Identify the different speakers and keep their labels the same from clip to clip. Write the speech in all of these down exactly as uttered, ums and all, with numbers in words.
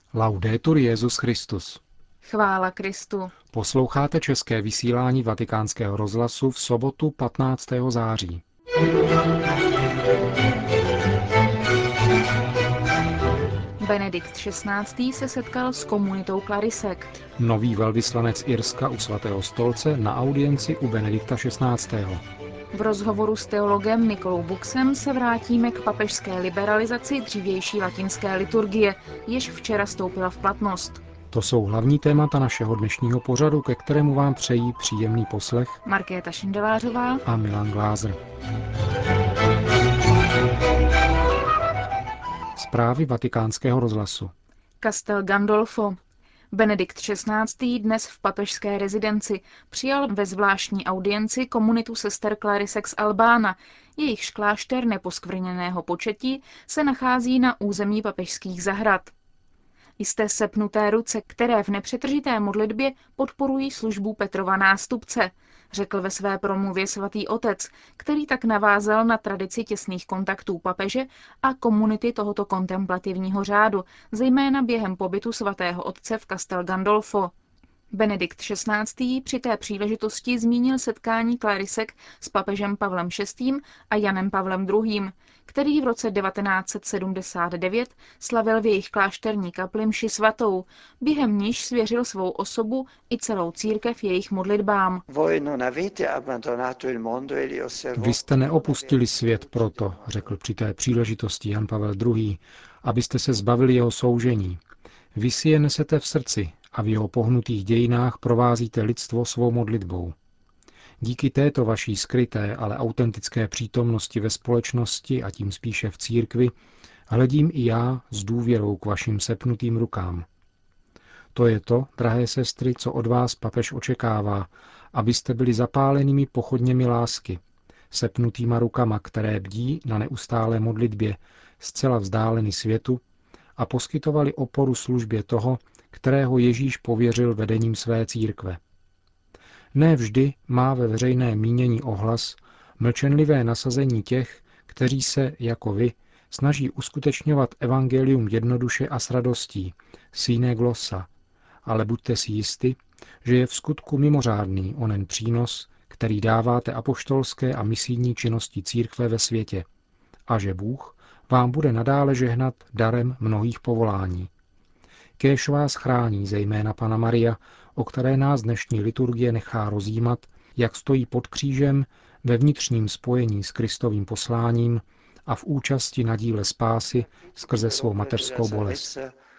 Speaker 1: Laudetur Jesus Christus.
Speaker 2: Chvála Kristu.
Speaker 1: Posloucháte české vysílání Vatikánského rozhlasu v sobotu patnáctého září.
Speaker 2: Benedikt šestnáctý. se setkal s komunitou klarisek.
Speaker 1: Nový velvyslanec Irska u svatého stolce na audienci u Benedikta šestnáctého.
Speaker 2: V rozhovoru s teologem Nikolou Buxem se vrátíme k papežské liberalizaci dřívější latinské liturgie, jež včera vstoupila v platnost.
Speaker 1: To jsou hlavní témata našeho dnešního pořadu, ke kterému vám přejí příjemný poslech
Speaker 2: Markéta Šindelářová
Speaker 1: a Milan Glázer. Zprávy Vatikánského rozhlasu.
Speaker 2: Castel Gandolfo. Benedikt šestnáctý. dnes v papežské rezidenci přijal ve zvláštní audienci komunitu sester klarisek z Albána. Jejichž klášter neposkvrněného početí se nachází na území papežských zahrad. Jisté sepnuté ruce, které v nepřetržité modlitbě podporují službu Petrova nástupce, řekl ve své promluvě svatý otec, který tak navázal na tradici těsných kontaktů papeže a komunity tohoto kontemplativního řádu, zejména během pobytu svatého otce v Castel Gandolfo. Benedikt šestnáctý. při té příležitosti zmínil setkání klarisek s papežem Pavlem šestým. a Janem Pavlem druhým., který v roce devatenáct set sedmdesát devět slavil v jejich klášterní kapli mši svatou, během níž svěřil svou osobu i celou církev jejich modlitbám.
Speaker 1: Vy jste neopustili svět proto, řekl při té příležitosti Jan Pavel druhý., abyste se zbavili jeho soužení. Vy si je nesete v srdci a v jeho pohnutých dějinách provázíte lidstvo svou modlitbou. Díky této vaší skryté, ale autentické přítomnosti ve společnosti a tím spíše v církvi hledím i já s důvěrou k vašim sepnutým rukám. To je to, drahé sestry, co od vás papež očekává, abyste byli zapálenými pochodněmi lásky, sepnutýma rukama, které bdí na neustálé modlitbě, zcela vzdáleny světu, a poskytovali oporu službě toho, kterého Ježíš pověřil vedením své církve. Ne vždy má ve veřejné mínění ohlas mlčenlivé nasazení těch, kteří se, jako vy, snaží uskutečňovat evangelium jednoduše a s radostí, sine glossa, ale buďte si jisti, že je v skutku mimořádný onen přínos, který dáváte apoštolské a misijní činnosti církve ve světě, a že Bůh vám bude nadále žehnat darem mnohých povolání. Kéž vás chrání zejména Panna Maria, o které nás dnešní liturgie nechá rozjímat, jak stojí pod křížem ve vnitřním spojení s Kristovým posláním a v účasti na díle spásy skrze svou mateřskou bolest.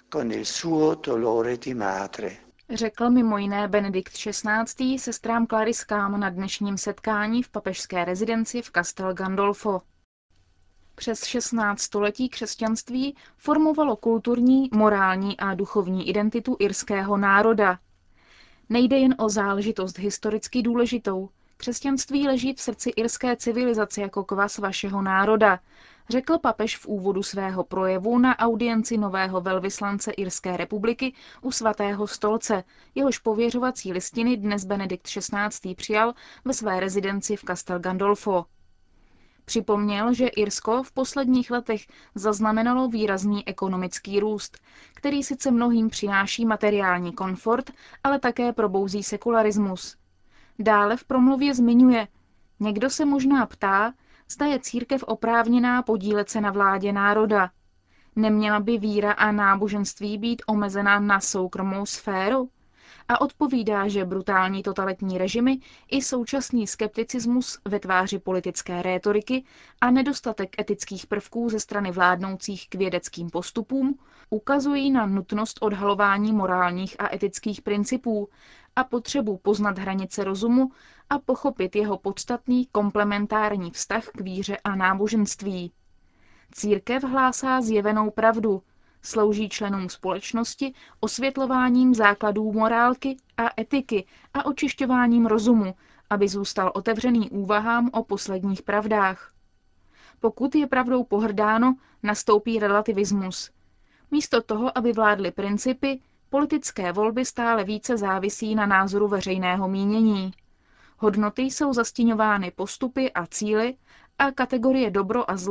Speaker 2: Řekl mimo jiné Benedikt šestnáctý. sestrám klariskám na dnešním setkání v papežské rezidenci v Castel Gandolfo. Přes šestnáct století křesťanství formovalo kulturní, morální a duchovní identitu irského národa. Nejde jen o záležitost historicky důležitou. Křesťanství leží v srdci irské civilizace jako kvas vašeho národa, řekl papež v úvodu svého projevu na audienci nového velvyslance Irské republiky u svatého stolce, jehož pověřovací listiny dnes Benedikt šestnáctý. přijal ve své rezidenci v Castel Gandolfo. Připomněl, že Irsko v posledních letech zaznamenalo výrazný ekonomický růst, který sice mnohým přináší materiální komfort, ale také probouzí sekularismus. Dále v promluvě zmiňuje: někdo se možná ptá, zda je církev oprávněná podílet se na vládě národa. Neměla by víra a náboženství být omezená na soukromou sféru? A odpovídá, že brutální totalitní režimy i současný skepticismus ve tváři politické rétoriky a nedostatek etických prvků ze strany vládnoucích k vědeckým postupům ukazují na nutnost odhalování morálních a etických principů a potřebu poznat hranice rozumu a pochopit jeho podstatný komplementární vztah k víře a náboženství. Církev hlásá zjevenou pravdu, slouží členům společnosti osvětlováním základů morálky a etiky a očišťováním rozumu, aby zůstal otevřený úvahám o posledních pravdách. Pokud je pravdou pohrdáno, nastoupí relativismus. Místo toho, aby vládly principy, politické volby stále více závisí na názoru veřejného mínění. Hodnoty jsou zastíňovány postupy a cíly a kategorie dobro a zlo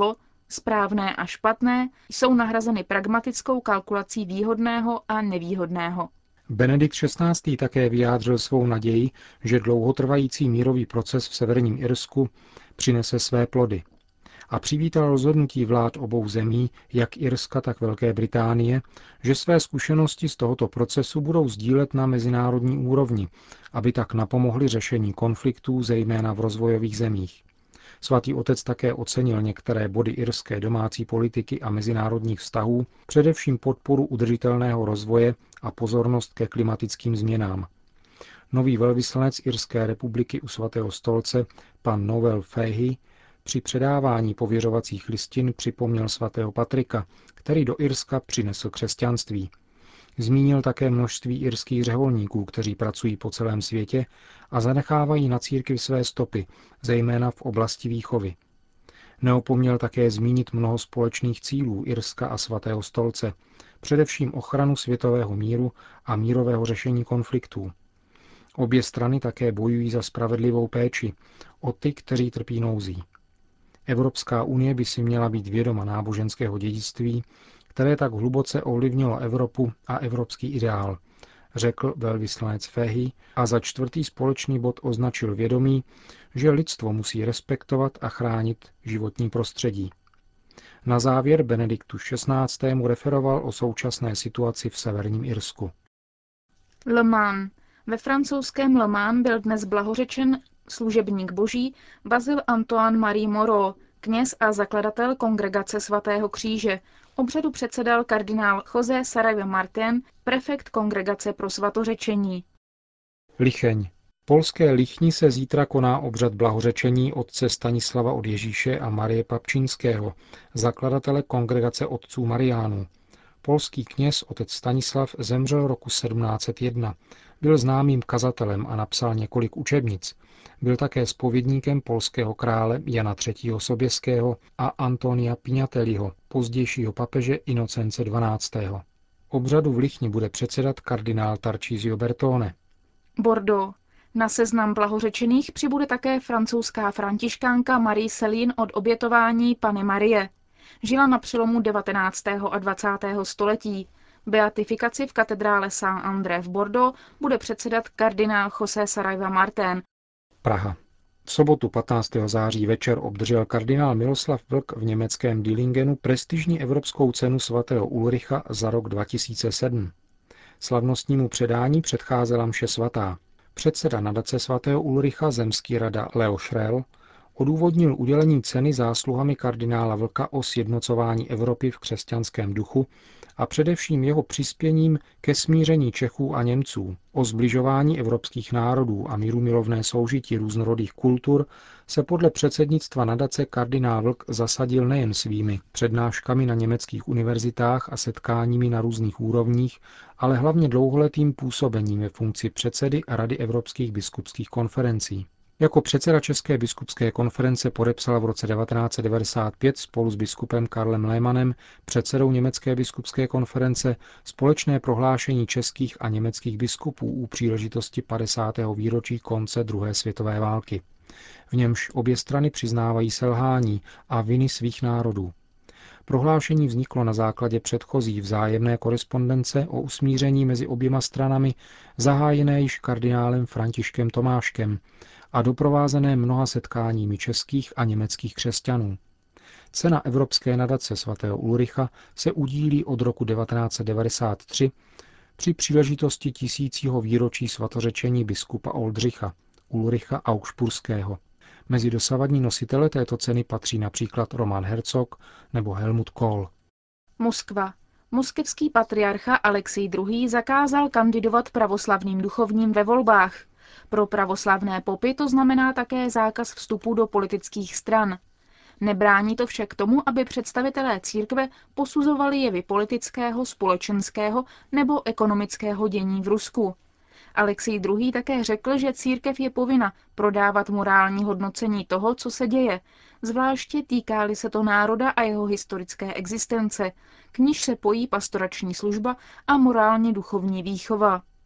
Speaker 2: Správné a špatné jsou nahrazeny pragmatickou kalkulací výhodného a nevýhodného.
Speaker 1: Benedikt šestnáctý. Také vyjádřil svou naději, že dlouhotrvající mírový proces v severním Irsku přinese své plody. A přivítal rozhodnutí vlád obou zemí, jak Irska, tak Velké Británie, že své zkušenosti z tohoto procesu budou sdílet na mezinárodní úrovni, aby tak napomohli řešení konfliktů, zejména v rozvojových zemích. Svatý otec také ocenil některé body irské domácí politiky a mezinárodních vztahů, především podporu udržitelného rozvoje a pozornost ke klimatickým změnám. Nový velvyslanec Irské republiky u svatého stolce, pan Noel Fahey, při předávání pověřovacích listin připomněl svatého Patrika, který do Irska přinesl křesťanství. Zmínil také množství irských řeholníků, kteří pracují po celém světě a zanechávají na církvi své stopy, zejména v oblasti výchovy. Neopomněl také zmínit mnoho společných cílů Irska a svatého stolce, především ochranu světového míru a mírového řešení konfliktů. Obě strany také bojují za spravedlivou péči o ty, kteří trpí nouzí. Evropská unie by si měla být vědoma náboženského dědictví, které tak hluboce ovlivnilo Evropu a evropský ideál, řekl velvyslanec Fahey a za čtvrtý společný bod označil vědomí, že lidstvo musí respektovat a chránit životní prostředí. Na závěr Benediktu šestnáctému. referoval o současné situaci v severním Irsku.
Speaker 2: Le Mans. Ve francouzském Le Mans byl dnes blahořečen služebník boží Basil Antoine Marie Moreau, kněz a zakladatel Kongregace svatého kříže. Obřadu předsedal kardinál José Saraiva Martin, prefekt Kongregace pro svatořečení.
Speaker 1: Licheň. Polské Lichni se zítra koná obřad blahořečení otce Stanislava od Ježíše a Marie Papčínského, zakladatele Kongregace otců Mariánů. Polský kněz otec Stanislav zemřel roku sedmnáct set jedna. Byl známým kazatelem a napsal několik učebnic. Byl také zpovědníkem polského krále Jana třetího. Soběského a Antonia Pignatelliho, pozdějšího papeže Inocence dvanáctého. Obřadu v Lichni bude předsedat kardinál Tarcísio Bertone.
Speaker 2: Bordeaux. Na seznam blahořečených přibude také francouzská františkánka Marie Céline od obětování Panny Marie. Žila na přelomu devatenáctého a dvacátého století. Beatifikaci v katedrále Saint-André v Bordeaux bude předsedat kardinál José Saraiva Martin.
Speaker 1: Praha. V sobotu patnáctého září večer obdržel kardinál Miloslav Vlk v německém Dillingenu prestižní evropskou cenu svatého Ulricha za rok dva tisíce sedm. Slavnostnímu předání předcházela mše svatá. Předseda nadace svatého Ulricha, zemský rada Leo Schrell, odůvodnil udělení ceny zásluhami kardinála Vlka o sjednocování Evropy v křesťanském duchu a především jeho přispěním ke smíření Čechů a Němců. O sbližování evropských národů a mírumilovné soužití různorodých kultur se podle předsednictva nadace kardinál Vlk zasadil nejen svými přednáškami na německých univerzitách a setkáními na různých úrovních, ale hlavně dlouholetým působením ve funkci předsedy Rady evropských biskupských konferencí. Jako předseda České biskupské konference podepsal v roce devatenáct set devadesát pět spolu s biskupem Karlem Lehmannem, předsedou Německé biskupské konference, společné prohlášení českých a německých biskupů u příležitosti padesátého výročí konce druhé světové války. V němž obě strany přiznávají selhání a viny svých národů. Prohlášení vzniklo na základě předchozí vzájemné korespondence o usmíření mezi oběma stranami, zahájené již kardinálem Františkem Tomáškem a doprovázené mnoha setkáními českých a německých křesťanů. Cena Evropské nadace svatého Ulricha se udílí od roku devatenáct set devadesát tři při příležitosti tisícího výročí svatořečení biskupa Oldřicha, Ulricha Augsburského. Mezi dosavadní nositele této ceny patří například Roman Herzog nebo Helmut Kohl.
Speaker 2: Moskva. Moskevský patriarcha Alexej druhý. zakázal kandidovat pravoslavným duchovním ve volbách. Pro pravoslavné popy to znamená také zákaz vstupu do politických stran. Nebrání to však tomu, aby představitelé církve posuzovali jevy politického, společenského nebo ekonomického dění v Rusku. Alexej druhý. také řekl, že církev je povinna prodávat morální hodnocení toho, co se děje, zvláště týká-li se to národa a jeho historické existence, k níž se pojí pastorační služba a morálně duchovní výchova.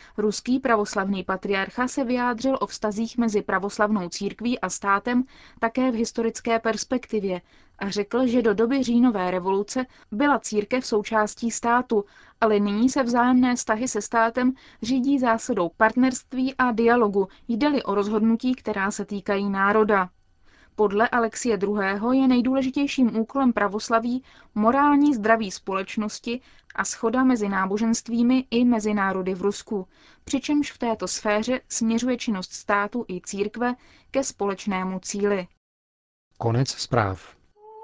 Speaker 2: Ruský pravoslavný patriarcha se vyjádřil o vztazích mezi pravoslavnou církví a státem také v historické perspektivě a řekl, že do doby říjnové revoluce byla církev součástí státu, ale nyní se vzájemné vztahy se státem řídí zásadou partnerství a dialogu, jde-li o rozhodnutí, která se týkají národa. Podle Alexie druhého. je nejdůležitějším úkolem pravoslaví morální zdraví společnosti a shoda mezi náboženstvími i mezi národy v Rusku, přičemž v této sféře směřuje činnost státu i církve ke společnému cíli.
Speaker 1: Konec zpráv.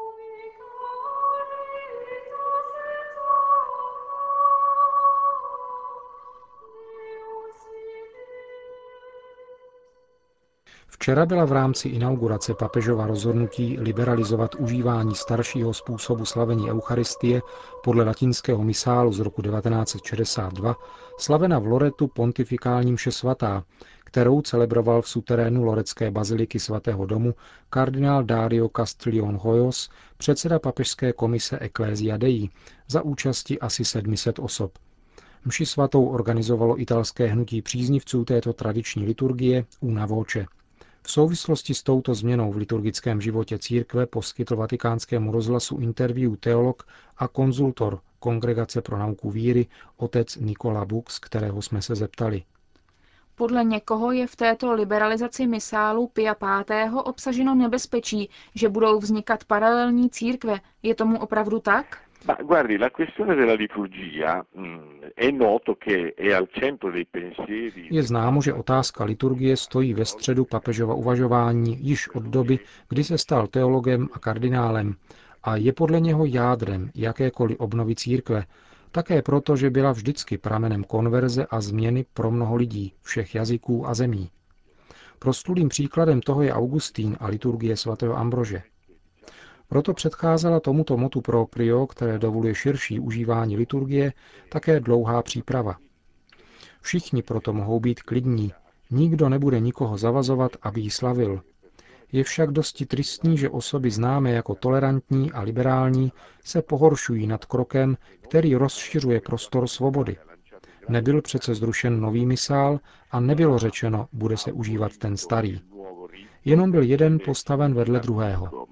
Speaker 1: Včera byla v rámci inaugurace papežova rozhodnutí liberalizovat užívání staršího způsobu slavení eucharistie podle latinského misálu z roku devatenáct set šedesát dva slavena v Loretu pontifikální mše svatá, kterou celebroval v suterénu loretské baziliky svatého domu kardinál Dario Castiglione Hoyos, předseda papežské komise Ecclesia Dei, za účasti asi sedm set osob. Mši svatou organizovalo italské hnutí příznivců této tradiční liturgie Una Voce. V souvislosti s touto změnou v liturgickém životě církve poskytl Vatikánskému rozhlasu interview teolog a konzultor Kongregace pro nauku víry otec Nicola Bux, kterého jsme se zeptali.
Speaker 2: Podle někoho je v této liberalizaci misálu Pia pátého. obsaženo nebezpečí, že budou vznikat paralelní církve. Je tomu opravdu tak?
Speaker 3: Ma guardi, la questione della liturgia è noto che è al centro dei pensieri.
Speaker 1: Je známo, že otázka liturgie stojí ve středu papežova uvažování již od doby, kdy se stal teologem a kardinálem a je podle něho jádrem jakékoliv obnovy církve, také proto, že byla vždycky pramenem konverze a změny pro mnoho lidí, všech jazyků a zemí. Proslulým příkladem toho je Augustín a liturgie svatého Ambrože. Proto předcházela tomuto motu proprio, které dovoluje širší užívání liturgie, také dlouhá příprava. Všichni proto mohou být klidní, nikdo nebude nikoho zavazovat, aby ji slavil. Je však dosti tristní, že osoby známé jako tolerantní a liberální se pohoršují nad krokem, který rozšiřuje prostor svobody. Nebyl přece zrušen nový misál a nebylo řečeno, bude se užívat ten starý. Jenom byl jeden postaven vedle druhého.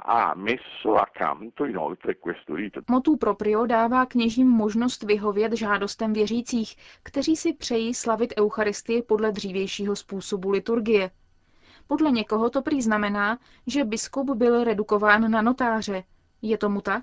Speaker 2: Motu proprio dává kněžím možnost vyhovět žádostem věřících, kteří si přejí slavit eucharistii podle dřívějšího způsobu liturgie. Podle někoho to prý znamená, že biskup byl redukován na notáře. Je tomu tak?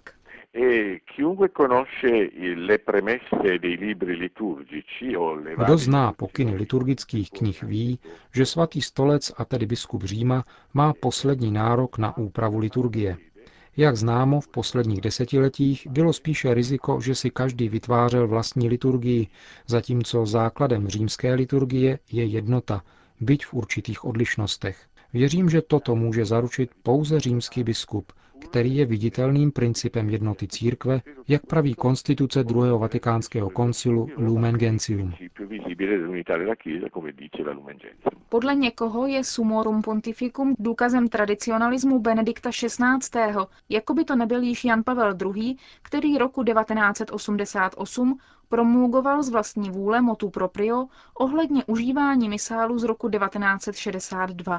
Speaker 1: Kdo zná pokyny liturgických knih ví, že svatý stolec, a tedy biskup Říma, má poslední nárok na úpravu liturgie. Jak známo, v posledních desetiletích bylo spíše riziko, že si každý vytvářel vlastní liturgii, zatímco základem římské liturgie je jednota, byť v určitých odlišnostech. Věřím, že toto může zaručit pouze římský biskup, který je viditelným principem jednoty církve, jak praví konstituce druhého vatikánského koncilu Lumen Gentium.
Speaker 2: Podle někoho je Summorum Pontificum důkazem tradicionalismu Benedikta šestnáctého. Jako by to nebyl již Jan Pavel druhý., který roku devatenáct set osmdesát osm promulgoval z vlastní vůle motu proprio ohledně užívání misálu z roku devatenáct set šedesát dva.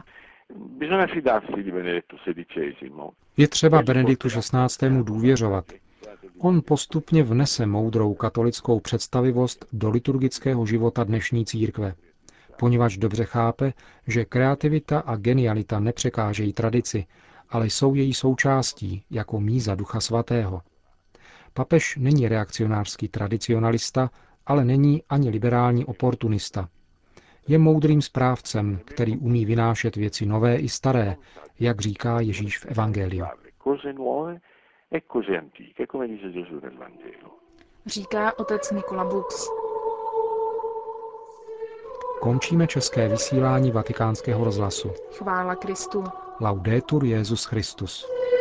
Speaker 1: Je třeba Benediktu šestnáctému důvěřovat. On postupně vnese moudrou katolickou představivost do liturgického života dnešní církve, poněvadž dobře chápe, že kreativita a genialita nepřekážejí tradici, ale jsou její součástí jako míza Ducha Svatého. Papež není reakcionářský tradicionalista, ale není ani liberální oportunista. Je moudrým správcem, který umí vynášet věci nové i staré, jak říká Ježíš v Evangeliu.
Speaker 2: Říká otec Nicola Bux.
Speaker 1: Končíme české vysílání Vatikánského rozhlasu.
Speaker 2: Chvála Kristu.
Speaker 1: Laudetur Jesus Christus.